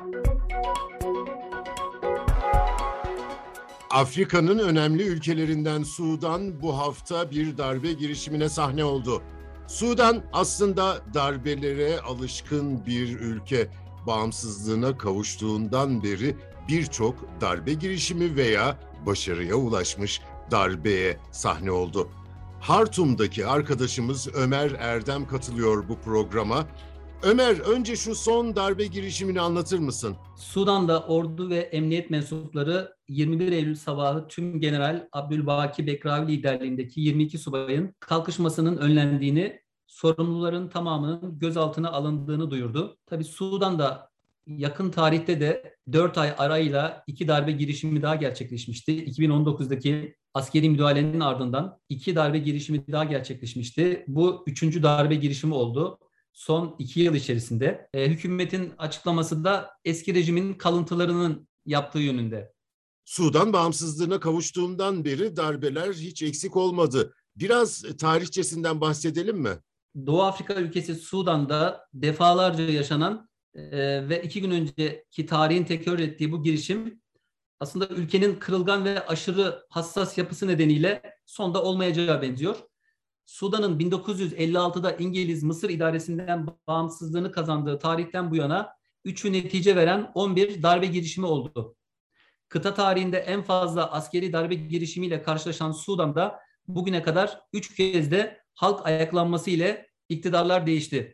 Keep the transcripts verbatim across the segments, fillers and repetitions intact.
Afrika'nın önemli ülkelerinden Sudan bu hafta bir darbe girişimine sahne oldu. Sudan aslında darbelere alışkın bir ülke. Bağımsızlığına kavuştuğundan beri birçok darbe girişimi veya başarıya ulaşmış darbeye sahne oldu. Hartum'daki arkadaşımız Ömer Erdem katılıyor bu programa. Ömer, önce şu son darbe girişimini anlatır mısın? Sudan'da ordu ve emniyet mensupları yirmi bir Eylül sabahı tüm General Abdülbaki Bekravi liderliğindeki yirmi iki subayın kalkışmasının önlendiğini, sorumluların tamamının gözaltına alındığını duyurdu. Tabii Sudan'da yakın tarihte de dört ay arayla iki darbe girişimi daha gerçekleşmişti. iki bin on dokuzdaki askeri müdahalenin ardından iki darbe girişimi daha gerçekleşmişti. Bu üçüncü darbe girişimi oldu son iki yıl içerisinde. E, hükümetin açıklaması da eski rejimin kalıntılarının yaptığı yönünde. Sudan bağımsızlığına kavuştuğundan beri darbeler hiç eksik olmadı. Biraz tarihçesinden bahsedelim mi? Doğu Afrika ülkesi Sudan'da defalarca yaşanan e, ve iki gün önceki tarihin tekrar ettiği bu girişim aslında ülkenin kırılgan ve aşırı hassas yapısı nedeniyle sonda olmayacağı benziyor. Sudan'ın bin dokuz yüz elli altıda İngiliz Mısır idaresinden bağımsızlığını kazandığı tarihten bu yana üçü netice veren on bir darbe girişimi oldu. Kıta tarihinde en fazla askeri darbe girişimiyle karşılaşan Sudan'da bugüne kadar üç kez de halk ayaklanması ile iktidarlar değişti.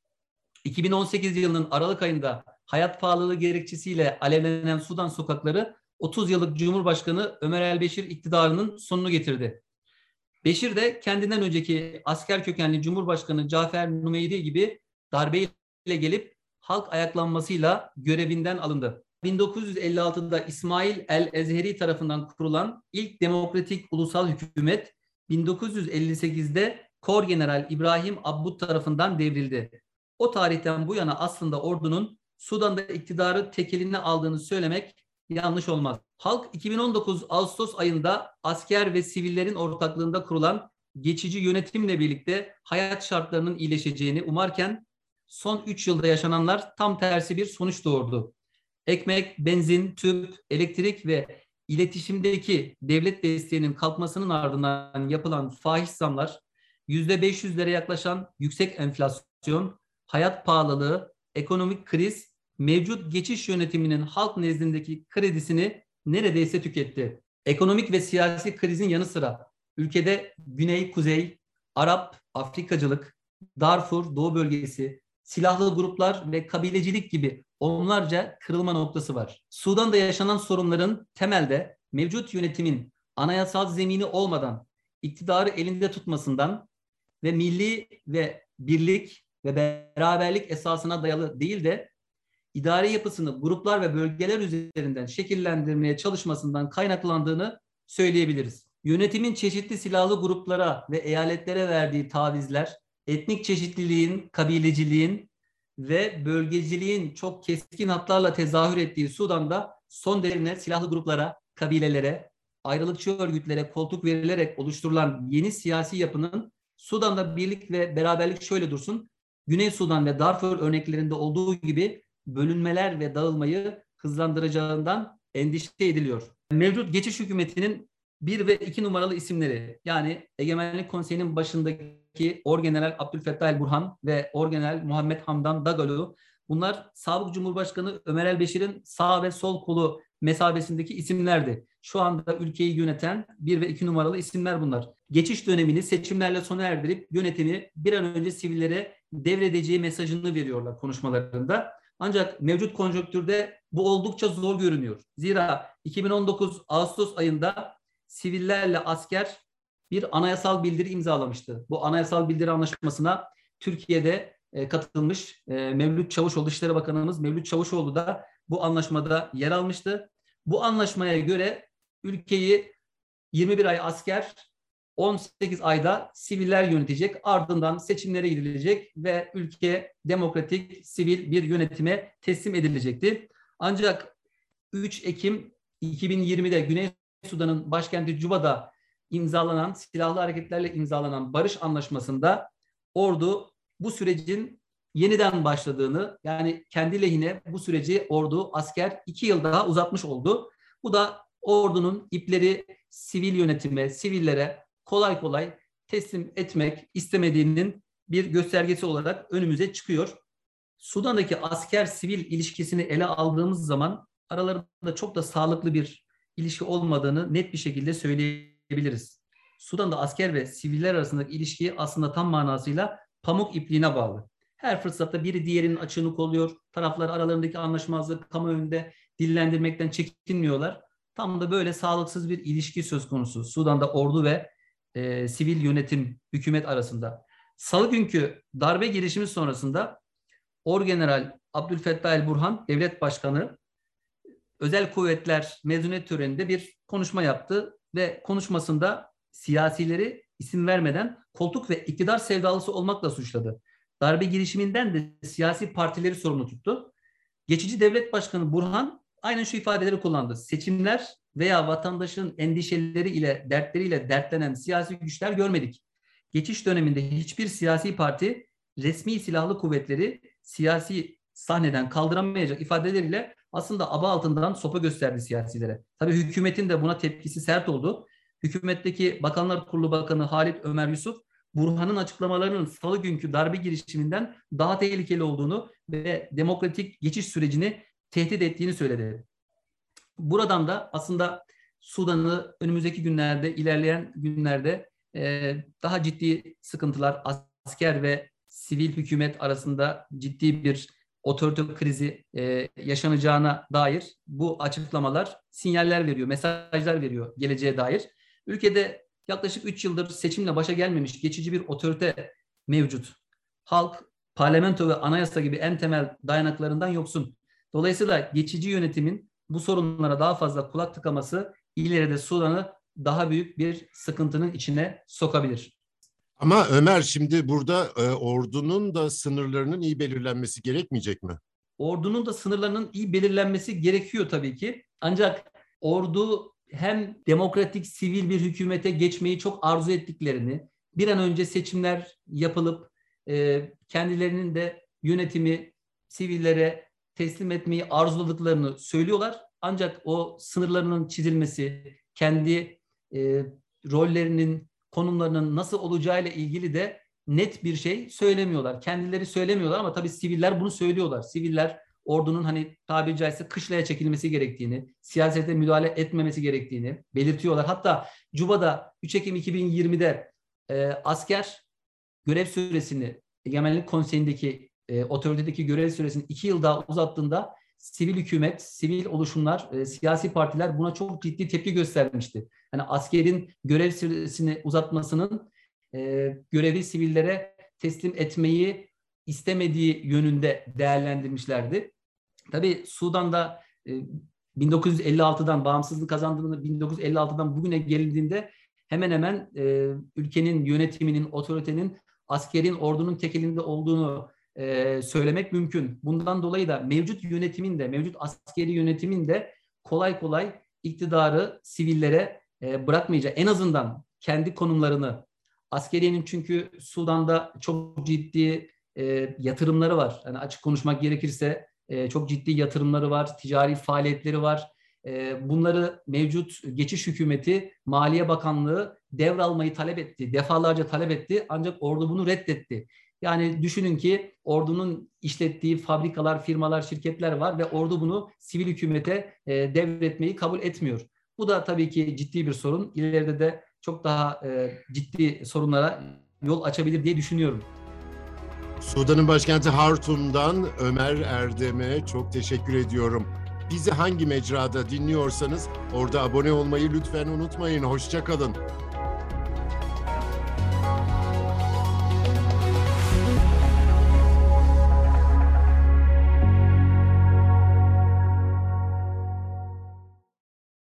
iki bin on sekiz yılının Aralık ayında hayat pahalılığı gerekçesiyle alevlenen Sudan sokakları otuz yıllık Cumhurbaşkanı Ömer el-Beşir iktidarının sonunu getirdi. Beşir de kendinden önceki asker kökenli Cumhurbaşkanı Cafer Numeyri gibi darbeyle gelip halk ayaklanmasıyla görevinden alındı. bin dokuz yüz elli altıda İsmail el-Ezheri tarafından kurulan ilk demokratik ulusal hükümet bin dokuz yüz elli sekizde Kor General İbrahim Abbud tarafından devrildi. O tarihten bu yana aslında ordunun Sudan'da iktidarı tek eline aldığını söylemek yanlış olmaz. Halk iki bin on dokuz Ağustos ayında asker ve sivillerin ortaklığında kurulan geçici yönetimle birlikte hayat şartlarının iyileşeceğini umarken son üç yılda yaşananlar tam tersi bir sonuç doğurdu. Ekmek, benzin, tüp, elektrik ve iletişimdeki devlet desteğinin kalkmasının ardından yapılan fahiş zamlar, yüzde beş yüzlere yaklaşan yüksek enflasyon, hayat pahalılığı, ekonomik kriz, mevcut geçiş yönetiminin halk nezdindeki kredisini neredeyse tüketti. Ekonomik ve siyasi krizin yanı sıra ülkede Güney-Kuzey, Arap, Afrikacılık, Darfur, Doğu bölgesi, silahlı gruplar ve kabilecilik gibi onlarca kırılma noktası var. Sudan'da yaşanan sorunların temelde mevcut yönetimin anayasal zemini olmadan iktidarı elinde tutmasından ve milli ve birlik ve beraberlik esasına dayalı değil de idari yapısını gruplar ve bölgeler üzerinden şekillendirmeye çalışmasından kaynaklandığını söyleyebiliriz. Yönetimin çeşitli silahlı gruplara ve eyaletlere verdiği tavizler, etnik çeşitliliğin, kabileciliğin ve bölgeciliğin çok keskin hatlarla tezahür ettiği Sudan'da son derece silahlı gruplara, kabilelere, ayrılıkçı örgütlere koltuk verilerek oluşturulan yeni siyasi yapının Sudan'da birlik ve beraberlik şöyle dursun, Güney Sudan ve Darfur örneklerinde olduğu gibi bölünmeler ve dağılmayı hızlandıracağından endişe ediliyor. Mevcut geçiş hükümetinin bir ve iki numaralı isimleri, yani Egemenlik Konseyi'nin başındaki Orgeneral Abdülfettah el-Burhan ve Orgeneral Muhammed Hamdan Dagalo, bunlar Sabık Cumhurbaşkanı Ömer el-Beşir'in sağ ve sol kolu mesabesindeki isimlerdi. Şu anda ülkeyi yöneten bir ve iki numaralı isimler bunlar. Geçiş dönemini seçimlerle sona erdirip yönetimi bir an önce sivillere devredeceği mesajını veriyorlar konuşmalarında. Ancak mevcut konjonktürde bu oldukça zor görünüyor. Zira iki bin on dokuz Ağustos ayında sivillerle asker bir anayasal bildiri imzalamıştı. Bu anayasal bildiri anlaşmasına Türkiye'de e, katılmış e, Mevlüt Çavuşoğlu, Dışişleri Bakanımız Mevlüt Çavuşoğlu da bu anlaşmada yer almıştı. Bu anlaşmaya göre ülkeyi yirmi bir ay asker, on sekiz ayda siviller yönetecek, ardından seçimlere gidilecek ve ülke demokratik, sivil bir yönetime teslim edilecekti. Ancak üç Ekim iki bin yirmide Güney Sudan'ın başkenti Cuba'da imzalanan, silahlı hareketlerle imzalanan barış anlaşmasında ordu bu sürecin yeniden başladığını, yani kendi lehine bu süreci ordu, asker iki yıl daha uzatmış oldu. Bu da ordunun ipleri sivil yönetime, sivillere kolay kolay teslim etmek istemediğinin bir göstergesi olarak önümüze çıkıyor. Sudan'daki asker-sivil ilişkisini ele aldığımız zaman aralarında çok da sağlıklı bir ilişki olmadığını net bir şekilde söyleyebiliriz. Sudan'da asker ve siviller arasındaki ilişki aslında tam manasıyla pamuk ipliğine bağlı. Her fırsatta biri diğerinin açığını kolluyor. Taraflar aralarındaki anlaşmazlığı kamuoyunda dillendirmekten çekinmiyorlar. Tam da böyle sağlıksız bir ilişki söz konusu Sudan'da ordu ve e, sivil yönetim, hükümet arasında. Salı günkü darbe girişimi sonrasında Orgeneral Abdülfettah el-Burhan, devlet başkanı, özel kuvvetler mezuniyet töreninde bir konuşma yaptı ve konuşmasında siyasileri isim vermeden koltuk ve iktidar sevdalısı olmakla suçladı. Darbe girişiminden de siyasi partileri sorumlu tuttu. Geçici devlet başkanı Burhan aynen şu ifadeleri kullandı. Seçimler veya vatandaşın endişeleri ile, dertleriyle dertlenen siyasi güçler görmedik. Geçiş döneminde hiçbir siyasi parti resmi silahlı kuvvetleri siyasi sahneden kaldıramayacak ifadeleriyle aslında aba altından sopa gösterdi siyasilere. Tabii hükümetin de buna tepkisi sert oldu. Hükümetteki Bakanlar Kurulu Bakanı Halit Ömer Yusuf, Burhan'ın açıklamalarının salı günkü darbe girişiminden daha tehlikeli olduğunu ve demokratik geçiş sürecini tehdit ettiğini söyledi. Buradan da aslında Sudan'ı önümüzdeki günlerde, ilerleyen günlerde e, daha ciddi sıkıntılar, asker ve sivil hükümet arasında ciddi bir otorite krizi e, yaşanacağına dair bu açıklamalar sinyaller veriyor, mesajlar veriyor geleceğe dair. Ülkede yaklaşık üç yıldır seçimle başa gelmemiş geçici bir otorite mevcut. Halk, parlamento ve anayasa gibi en temel dayanaklarından yoksun. Dolayısıyla geçici yönetimin bu sorunlara daha fazla kulak tıkaması ileride Sudan'ı daha büyük bir sıkıntının içine sokabilir. Ama Ömer, şimdi burada e, ordunun da sınırlarının iyi belirlenmesi gerekmeyecek mi? Ordunun da sınırlarının iyi belirlenmesi gerekiyor tabii ki. Ancak ordu hem demokratik sivil bir hükümete geçmeyi çok arzu ettiklerini, bir an önce seçimler yapılıp e, kendilerinin de yönetimi sivillere teslim etmeyi arzuladıklarını söylüyorlar. Ancak o sınırlarının çizilmesi, kendi e, rollerinin, konumlarının nasıl olacağıyla ilgili de net bir şey söylemiyorlar. Kendileri söylemiyorlar ama tabii siviller bunu söylüyorlar. Siviller ordunun hani tabiri caizse kışlaya çekilmesi gerektiğini, siyasete müdahale etmemesi gerektiğini belirtiyorlar. Hatta Cuba'da üç Ekim iki bin yirmide e, asker görev süresini, Egemenlik Konseyi'ndeki e, otoritedeki görev süresini iki yıl daha uzattığında sivil hükümet, sivil oluşumlar, e, siyasi partiler buna çok ciddi tepki göstermişti. Yani askerin görev süresini uzatmasının e, görevi sivillere teslim etmeyi istemediği yönünde değerlendirmişlerdi. Tabii Sudan'da e, bin dokuz yüz elli altıdan bağımsızlık kazandığında bin dokuz yüz elli altıdan bugüne gelindiğinde hemen hemen e, ülkenin yönetiminin, otoritenin askerin, ordunun tek elinde olduğunu e, söylemek mümkün. Bundan dolayı da mevcut yönetimin de, mevcut askeri yönetimin de kolay kolay iktidarı sivillere e, bırakmayacak. En azından kendi konumlarını, askeriyenin çünkü Sudan'da çok ciddi e, yatırımları var. Yani açık konuşmak gerekirse e, çok ciddi yatırımları var, ticari faaliyetleri var. E, bunları mevcut geçiş hükümeti, Maliye Bakanlığı devralmayı talep etti, defalarca talep etti ancak ordu bunu reddetti. Yani düşünün ki ordunun işlettiği fabrikalar, firmalar, şirketler var ve ordu bunu sivil hükümete e, devretmeyi kabul etmiyor. Bu da tabii ki ciddi bir sorun. İleride de çok daha e, ciddi sorunlara yol açabilir diye düşünüyorum. Sudan'ın başkenti Hartum'dan Ömer Erdem'e çok teşekkür ediyorum. Bizi hangi mecrada dinliyorsanız orada abone olmayı lütfen unutmayın. Hoşça kalın.